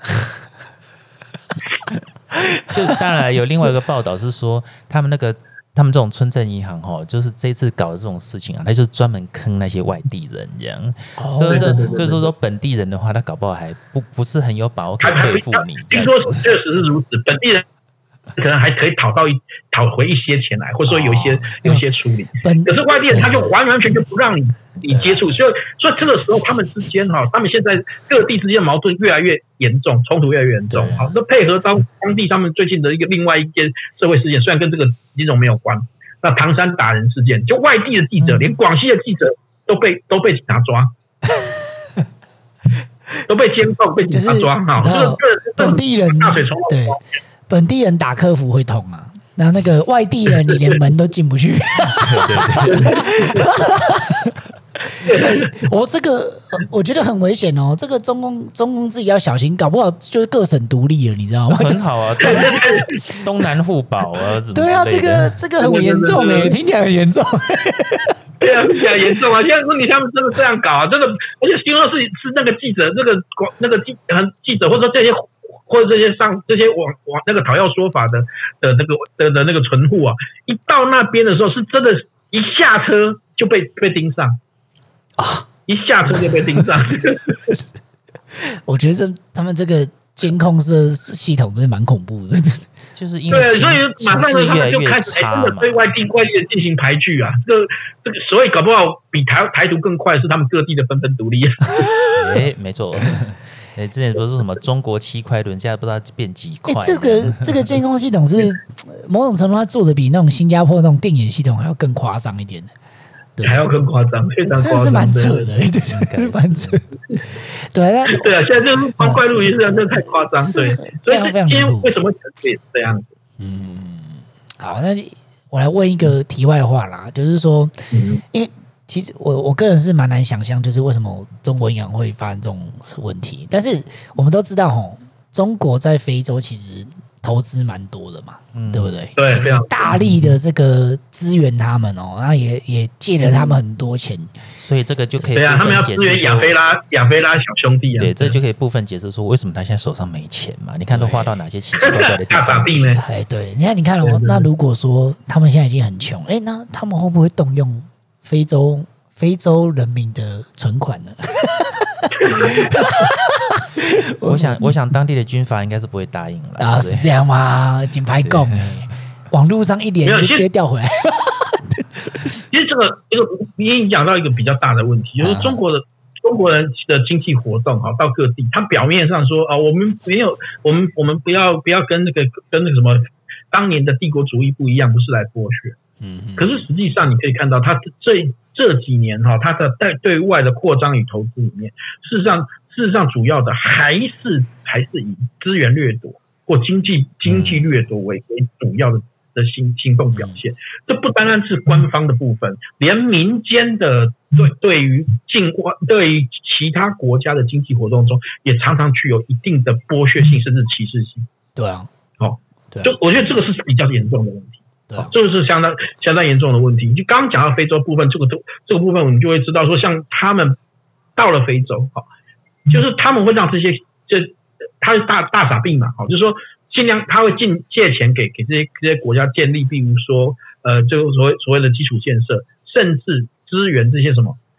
[SPEAKER 3] 就当然有另外一个报道是说，他们这种村镇银行就是这次搞的这种事情啊，他就是专门坑那些外地人这样。就是说本地人的话，他搞不好还不是很有把握可以对付你。
[SPEAKER 2] 听说确实是如此，本地人可能还可以讨回一些钱来，或者说有一些处理。可是外地人他就完全就不让你接触，所以这个时候他们之间他们现在各地之间矛盾越来越严重，冲突越来越严重。那配合当地他们最近的另外一件社会事件，虽然跟这个金融没有关，那唐山打人事件，就外地的记者，连广西的记者都被警察抓。都被监控，被警察抓
[SPEAKER 1] 本地人
[SPEAKER 2] 大水冲
[SPEAKER 1] 对，本地人打客服会痛啊，那个外地人你连门都进不去。我觉得很危险哦，这个中共自己要小心，搞不好就是各省独立了，你知道吗？
[SPEAKER 3] 很好啊，东南互保啊，
[SPEAKER 1] 对啊，这个很严重听起来很严重。
[SPEAKER 2] 对啊，听起来严重啊！现在问题他们真的这样搞啊，真的，而且听说是那个记者，记者或者说这些网那个讨要说法的那个存户啊，一到那边的时候是真的，一下车就被盯上啊，一下车就被盯上。
[SPEAKER 1] 我觉得他们这个监控系统真的蛮恐怖的。
[SPEAKER 3] 就是因为
[SPEAKER 2] 对，所以马上他们就开始真的对外地的进行排拒啊。这个所以搞不好比台独更快，是他们各地的纷纷独立。
[SPEAKER 3] 没错。之前不是什么中国7块轮，现在不知道变几块。
[SPEAKER 1] 这个监控系统是某种程度它做的比那种新加坡那种电眼系统还要更夸张一点的。
[SPEAKER 2] 对，还要更夸张，非常夸张，
[SPEAKER 1] 真的是蛮扯的，对，蛮扯。对啊，
[SPEAKER 2] 现在就是光怪陆离事，真的太夸张，对，所以今天为什么也是这样子？
[SPEAKER 1] 好，那我来问一个题外话啦，就是说，因为其实我个人是蛮难想象，就是为什么中国银行会发生这种问题。但是我们都知道，中国在非洲其实投资蛮多的嘛，对不对？
[SPEAKER 2] 对，
[SPEAKER 1] 就是大力的这个支援他们哦，然后也借了他们很多钱，
[SPEAKER 3] 所以这个就可以
[SPEAKER 2] 对啊，他们要支援亚非拉小兄弟啊，
[SPEAKER 3] 对，这就可以部分解释说为什么他现在手上没钱嘛？你看都花到哪些奇奇怪怪的地方？
[SPEAKER 2] 大傻逼呢？
[SPEAKER 1] 哎，对，你看哦，那如果说他们现在已经很穷，哎，那他们会不会动用非洲人民的存款呢？
[SPEAKER 3] 我想当地的军阀应该是不会答应了
[SPEAKER 1] 啊，是这样吗？金牌供网络上一连就直接调回来。
[SPEAKER 2] 其实这个你也讲到一个比较大的问题，就是中国人的经济活动到各地，他表面上说我们没有，我们不要跟那个什么当年的帝国主义不一样，不是来剥削。可是实际上你可以看到，他这几年他的对外的扩张与投资里面，事实上主要的还是以资源掠夺或经济掠夺为主要的行动表现。这不单单是官方的部分，连民间的对于其他国家的经济活动中，也常常具有一定的剥削性甚至歧视性。
[SPEAKER 1] 对啊，对啊，
[SPEAKER 2] 就我觉得这个是比较严重的问题。
[SPEAKER 1] 对啊，
[SPEAKER 2] 这个是相当严重的问题。就刚刚讲到非洲部分，这个部分我们就会知道说，像他们到了非洲，就是他们会让他是大傻逼嘛，就是说尽量他会借钱给这些国家建立，比如说就所谓的基础建设，甚至支援这些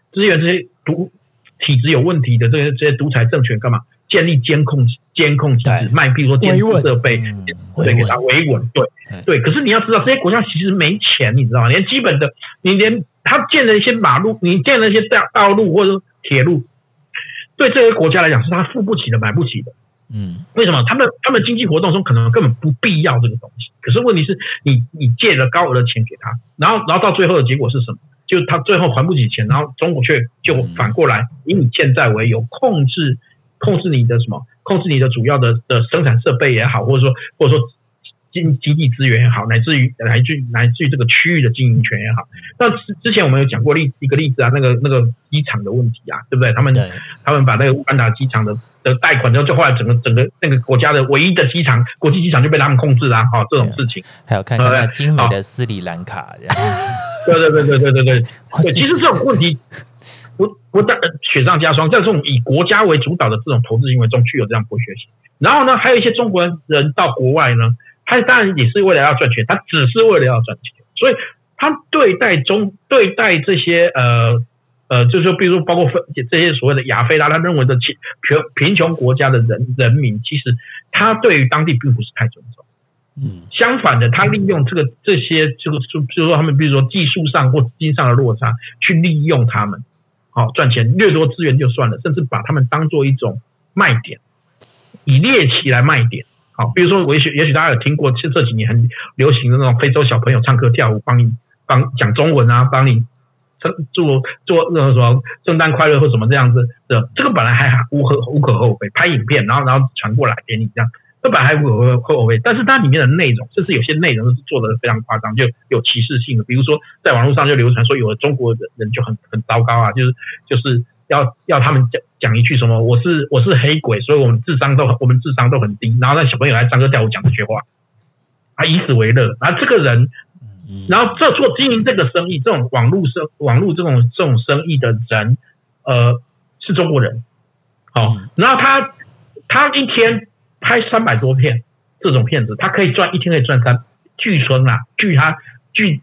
[SPEAKER 2] 体制有问题的这些独裁政权干嘛？建立监控机制，卖比如说电子设备，对，给它维稳，对。可是你要知道，这些国家其实没钱，你知道吗？连基本的，你连他建了一些马路，你建了一些道路或者铁路，对这些国家来讲是他付不起的、买不起的。为什么？他们经济活动中可能根本不必要这个东西。可是问题是你借了高额的钱给他，然后到最后的结果是什么？就是他最后还不起钱，然后中国却就反过来以你欠债为由，控制你的什么？控制你的主要的生产设备也好，或者说经济资源也好，乃至于这个区域的经营权也好。那之前我们有讲过一个例子啊，那个机场的问题啊，对不对？他们把那个乌干达机场的贷款之后，就后来整个那个国家的唯一的国际机场就被他们控制啦，这种事情。
[SPEAKER 3] 还有看那精美的斯里兰卡这样。
[SPEAKER 2] 对，其实这种问题不但雪上加霜，在这种以国家为主导的这种投资行为中具有这样剥削性。然后呢，还有一些中国人到国外呢，他当然也是为了要赚钱，他只是为了要赚钱，所以他对待这些就是说，比如说包括这些所谓的亚非拉，他认为的贫穷国家的人民，其实他对于当地并不是太尊重。相反的，他利用这些就是说他们比如说技术上或资金上的落差，去利用他们，赚钱，掠夺资源就算了，甚至把他们当做一种卖点，以猎奇来卖点。比如说也许大家有听过这几年很流行的那种非洲小朋友唱歌跳舞，帮讲中文啊，帮你做那什么圣诞快乐或什么这样子的，这个本来还无可厚非，拍影片然后传过来给你这样。这本来还无可厚非，但是它里面的内容，甚至有些内容是做的非常夸张，就有歧视性的。比如说，在网络上就流传说，有的中国人就很糟糕啊，就是要他们讲一句什么，我是黑鬼，所以我们智商都很低，然后让小朋友来唱歌跳舞讲这句话，以此为乐。然后这个人，然后经营这个生意，这种网络这种生意的人，是中国人，然后他一天拍300多片这种片子，他一天可以赚据说啦，据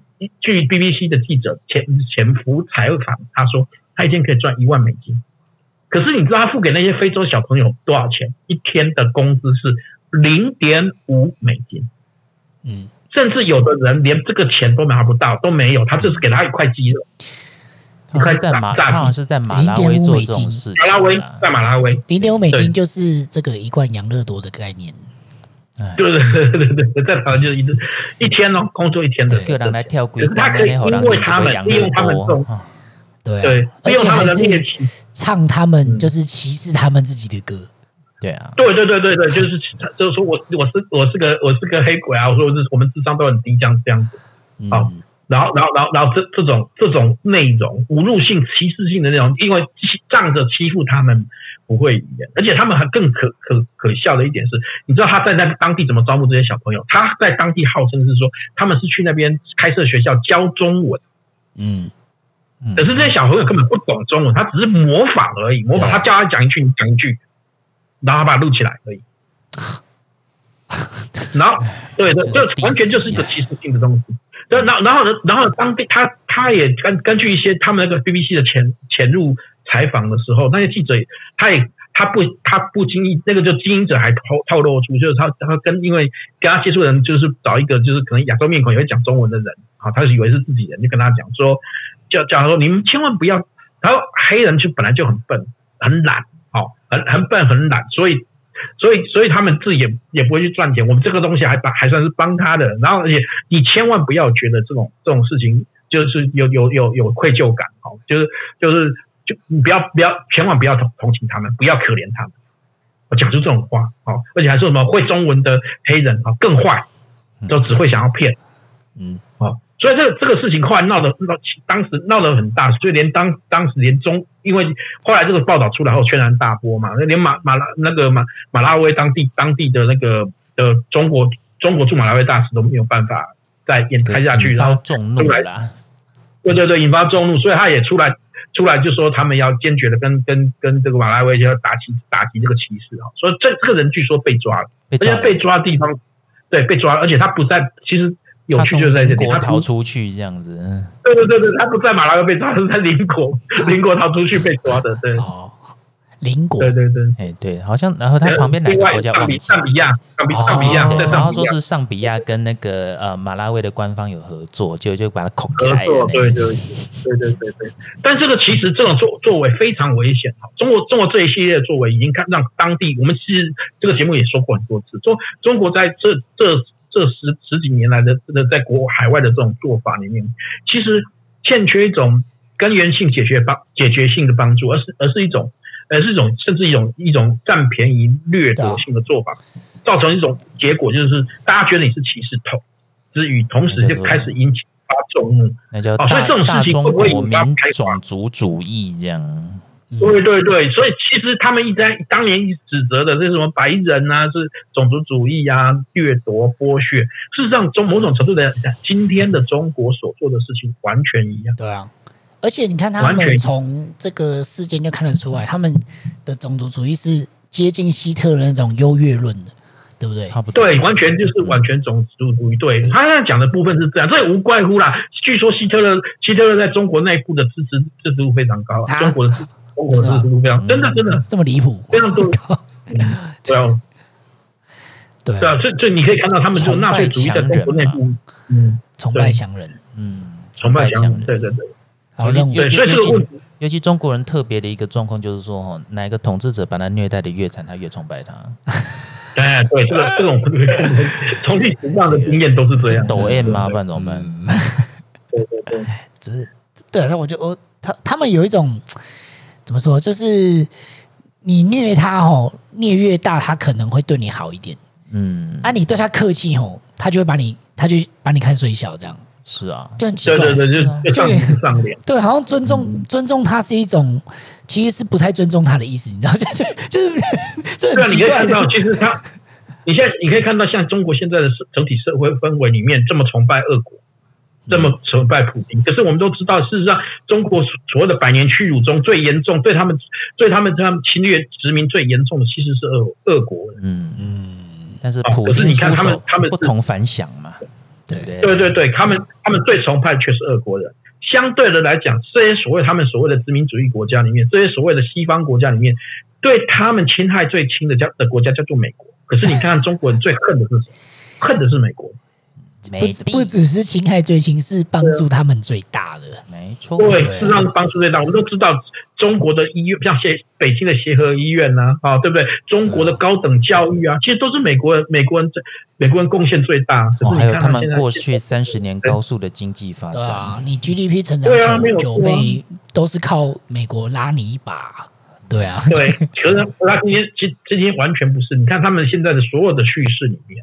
[SPEAKER 2] BBC 的记者潜伏采访，他说他一天可以赚1万美金。可是你知道他付给那些非洲小朋友多少钱？一天的工资是0.5美金。甚至有的人连这个钱都拿不到，都没有，他就是给他一块鸡肉。
[SPEAKER 3] 他好像是在马拉维做这种事情。
[SPEAKER 2] 在马拉维
[SPEAKER 1] 0.5美金就是这个一罐养乐多的概念。
[SPEAKER 2] 对，在台湾就是一天工作一天的。
[SPEAKER 3] 个人来跳轨，
[SPEAKER 2] 他可以因为他们利用他们这种，
[SPEAKER 1] 对，而且还是唱他们就是歧视他们自己的歌。
[SPEAKER 3] 对啊，
[SPEAKER 2] 对，就是说我是个黑鬼啊！我说我们智商都很低，这样子。 然后这种内容，侮辱性、歧视性的内容，因为仗着欺负他们不会语言，而且他们还更可笑的一点是，你知道他在那当地怎么招募这些小朋友？他在当地号称是说，他们是去那边开设学校教中文，可是这些小朋友根本不懂中文，他只是模仿而已，模仿他叫他讲一句，你讲一句，然后他把它录起来而已。然后，对，这完全就是一个歧视性的东西。然后当地他也根据一些他们那个 BBC 的潜入采访的时候，那些记者他不经意，那个就经营者还透露出，就是他因为跟他接触的人就是找一个就是可能亚洲面孔也会讲中文的人啊，他以为是自己人，就跟他讲说，叫他说你们千万不要，他说黑人就本来就很笨很懒，很笨很懒，所以他们自己也不会去赚钱，我们这个东西还算是帮他的。然后而且你千万不要觉得这种事情就是有愧疚感，就你不要千万不要同情他们，不要可怜他们。我讲出这种话，而且还说什么会中文的黑人更坏，都只会想要骗，所以这个事情后来当时闹得很大，所以连当时因为后来这个报道出来后轩然大波嘛，连马拉维当地的那个的中国驻马拉维大使都没有办法再开下去，然后
[SPEAKER 3] 众怒啦，
[SPEAKER 2] 对，引发众怒，所以他也出来就说他们要坚决的跟这个马拉维要打击这个歧视啊，所以这个人据说被抓了，而且被抓的地方对被抓了，而且他不在其实。有趣就是在这里，
[SPEAKER 3] 他逃出去这样子。
[SPEAKER 2] 对，他不在马拉维被抓，他是在邻国逃出去被抓的。对，
[SPEAKER 1] 邻国。
[SPEAKER 2] 对，
[SPEAKER 3] 对，好像然后他旁边哪个国家忘记？
[SPEAKER 2] 上比亚，
[SPEAKER 3] 然后说是上比亚跟那个马拉维的官方有合作，就把他扣起来了。
[SPEAKER 2] 对。但这个其实这种作为非常危险。中国这一系列的作为已经让当地，我们其实这个节目也说过很多次，中国在这十几年来的在海外的这种做法里面，其实欠缺一种根源性解决性的帮助，而是一种甚至一种占便宜掠夺性的做法，造成一种结果就是大家觉得你是歧视之余，同时就开始引起众怒，
[SPEAKER 3] 那叫
[SPEAKER 2] 所以这种事情会不会引发
[SPEAKER 3] 种族主义这样？
[SPEAKER 2] 对，所以其实他们当年指责的是什么白人啊，是种族主义啊，掠夺剥削。事实上，某种程度的今天的中国所做的事情完全一样。
[SPEAKER 1] 对啊，而且你看他们从这个事件就看得出来，他们的种族主义是接近希特勒那种优越论的，对不对？
[SPEAKER 3] 差不多。
[SPEAKER 2] 对，完全种族主义。对，他现在讲的部分是这样，这也无怪乎啦。据说希特勒在中国内部的支持度非常高，中国的支持度非常真的
[SPEAKER 1] 这么离谱，
[SPEAKER 2] 非常多。对啊，所以你可以看到他们就纳粹主义在中国内部，
[SPEAKER 1] 崇拜强人，
[SPEAKER 2] 崇拜强人，对。
[SPEAKER 1] 好，
[SPEAKER 2] 所以这个问题，
[SPEAKER 3] 尤其中国人特别的一个状况就是说，哪一个统治者把他虐待的越惨，他越崇拜他。
[SPEAKER 2] 对，这种从历史上的经验都是这样。
[SPEAKER 3] 抖 M 吗？不然怎么办？
[SPEAKER 2] 对，
[SPEAKER 1] 只是对，那他们有一种怎么说，就是你虐他虐越大，他可能会对你好一点。你对他客气他就把你看最小这样。
[SPEAKER 3] 是啊，
[SPEAKER 1] 就很奇怪。
[SPEAKER 2] 对，就上脸。对，
[SPEAKER 1] 好像尊重他是一种，其实是不太尊重他的意思，你知道？就是这很奇怪。
[SPEAKER 2] 你可以看到，其实你可以看到，像中国现在的整体社会氛围里面，这么崇拜俄国，这么崇拜普京。可是我们都知道，事实上，中国所谓的百年屈辱中最严重，对他们侵略殖民最严重的，其实是俄国人。
[SPEAKER 3] 但是普京出手，他们不同凡响嘛。
[SPEAKER 2] 对，他们最崇拜却是俄国人。相对的来讲，这些他们所谓的殖民主义国家里面，这些所谓的西方国家里面，对他们侵害最轻的国家叫做美国。可是你看看中国人最恨的是什么？恨的是美国。
[SPEAKER 1] 不只是侵害最轻，是帮助他们最大的。
[SPEAKER 3] 没错，
[SPEAKER 2] 对，事实上帮助最大。我们都知道中国的医院，像北京的协和医院对不对？中国的高等教育其实都是美国人贡献最大。
[SPEAKER 3] 还有他们过去30年高速的经济发展。
[SPEAKER 1] 你 GDP 成长9倍，都是靠美国拉你一把。对啊，
[SPEAKER 2] 对。可是他今天完全不是。你看他们现在的所有的叙事里面，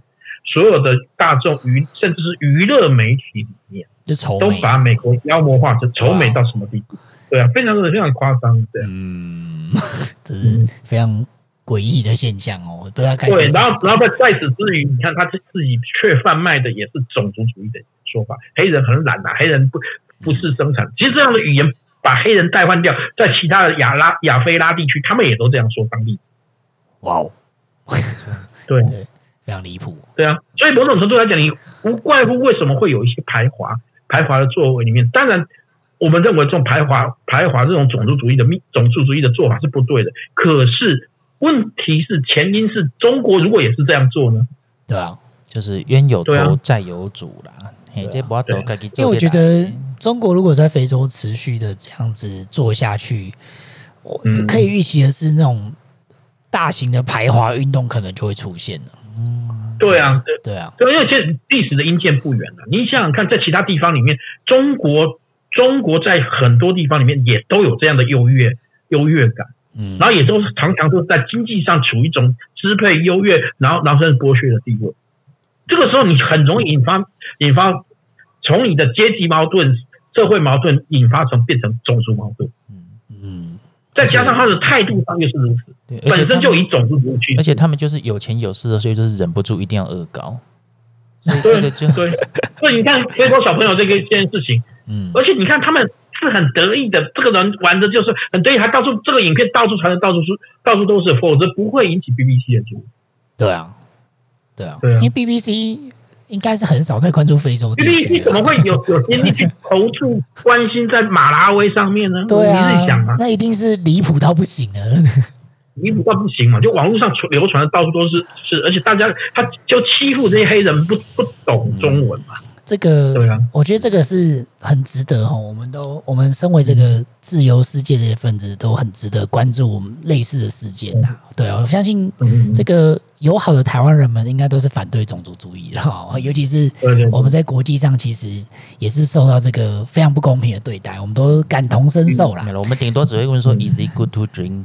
[SPEAKER 2] 所有的大众甚至是娱乐媒体里面，
[SPEAKER 1] 就丑
[SPEAKER 2] 都把美国妖魔化成丑美到什么地步？对啊，非常夸张，对啊，
[SPEAKER 1] 这是非常诡异的现象哦，不知道该说
[SPEAKER 2] 对，然后在此之余，你看他自己却贩卖的也是种族主义的说法，黑人很懒啊，黑人不是生产，其实这样的语言把黑人代换掉，在其他的亚非拉地区，他们也都这样说当地。
[SPEAKER 1] 哇哦，
[SPEAKER 2] 对，
[SPEAKER 1] 非常离谱。
[SPEAKER 2] 对啊，所以某种程度来讲，你无怪乎为什么会有一些排华的作为里面。当然，我们认为这种排华这种种族主义的做法是不对的。可是问题是，前因是中国如果也是这样做呢？
[SPEAKER 1] 对啊，
[SPEAKER 3] 就是冤有头债有主啦。嘿，这不要多自己做。
[SPEAKER 1] 因为我觉得中国如果在非洲持续的这样子做下去，可以预期的是那种大型的排华运动可能就会出现了。
[SPEAKER 2] 对啊，
[SPEAKER 1] 对啊，
[SPEAKER 2] 因为其实历史的因见不远了。你想想看，在其他地方里面，中国在很多地方里面也都有这样的优越感，然后也都是常常都在经济上处于一种支配优越，然后甚至剥削的地位。这个时候，你很容易引发从你的阶级矛盾、社会矛盾变成种族矛盾。再加上他的态度上又是如此，本身就以种族主义趋势，
[SPEAKER 3] 而且他们就是有钱有势的，所以就是忍不住一定要恶搞。所以这个就
[SPEAKER 2] 对，所以你看非洲小朋友这件事情，而且你看他们是很得意的，这个人玩的就是很得意，还到处这个影片到处传的，到处都是，否则不会引起 BBC 的注意。
[SPEAKER 1] 对啊，因为 BBC 应该是很少在关注非洲地区。
[SPEAKER 2] BBC 怎么会有精力去投注关心在马拉维上面呢？
[SPEAKER 1] 对啊，
[SPEAKER 2] 你自己想啊，
[SPEAKER 1] 那一定是离谱到不行了。
[SPEAKER 2] 离谱到不行嘛！就网络上流传的到处都是，而且大家他就欺负这些黑人不懂中文嘛。
[SPEAKER 1] 这个，
[SPEAKER 2] 对啊，
[SPEAKER 1] 我觉得这个是很值得哈。我们身为这个自由世界的分子，都很值得关注我们类似的事件呐。对啊，我相信这个友好的台湾人们应该都是反对种族主义的哈，尤其是我们在国际上其实也是受到这个非常不公平的对待，我们都感同身受啦。
[SPEAKER 3] 我们顶多只会问说 ，Is it good to drink？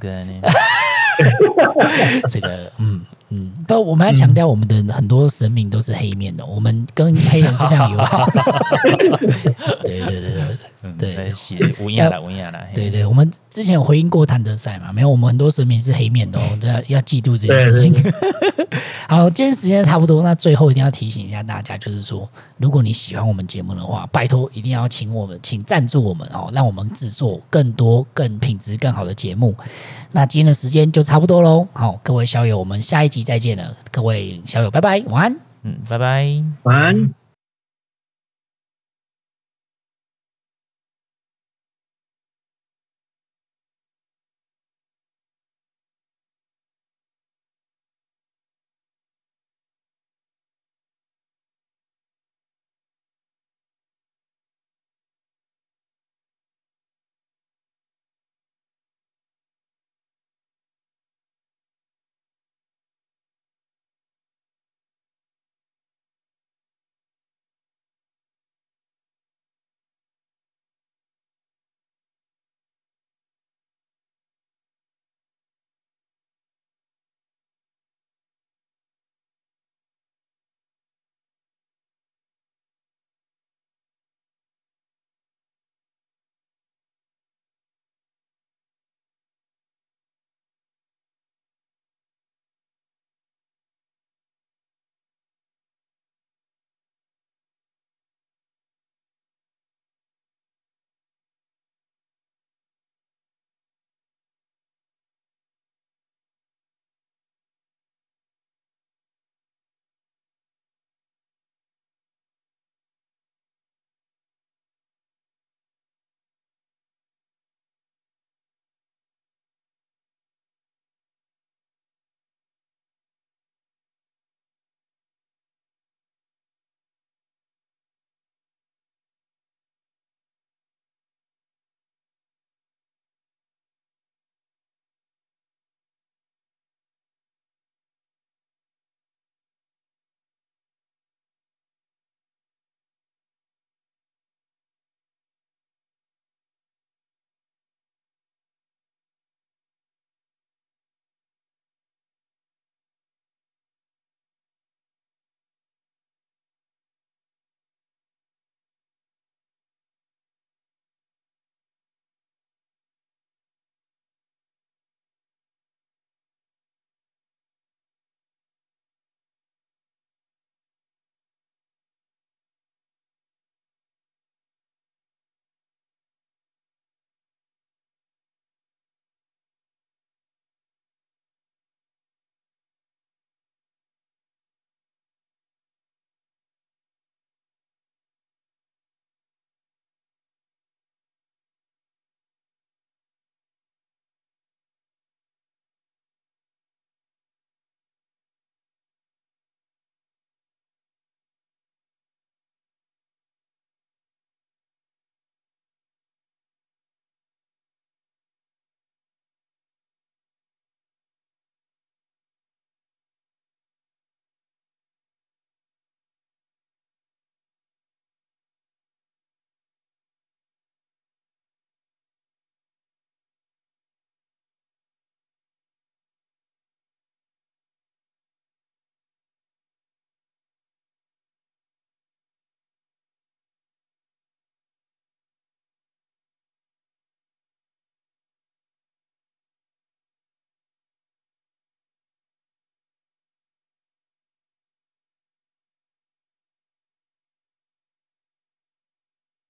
[SPEAKER 1] 这个不，我们要强调我们的很多神明都是黑面的，我们跟黑人是非常友好。对，
[SPEAKER 3] 写文雅啦。
[SPEAKER 1] 对，我们之前有回应过谭德赛嘛？没有，我们很多神明是黑面的哦，要记住这件事情。好，今天时间差不多，那最后一定要提醒一下大家，就是说，如果你喜欢我们节目的话，拜托一定要请赞助我们哦，让我们制作更多、更品质更好的节目。那今天的时间就差不多喽。好，各位小友，我们下一集再见了。各位小友，拜拜，晚安。
[SPEAKER 3] 拜拜，
[SPEAKER 2] 晚安。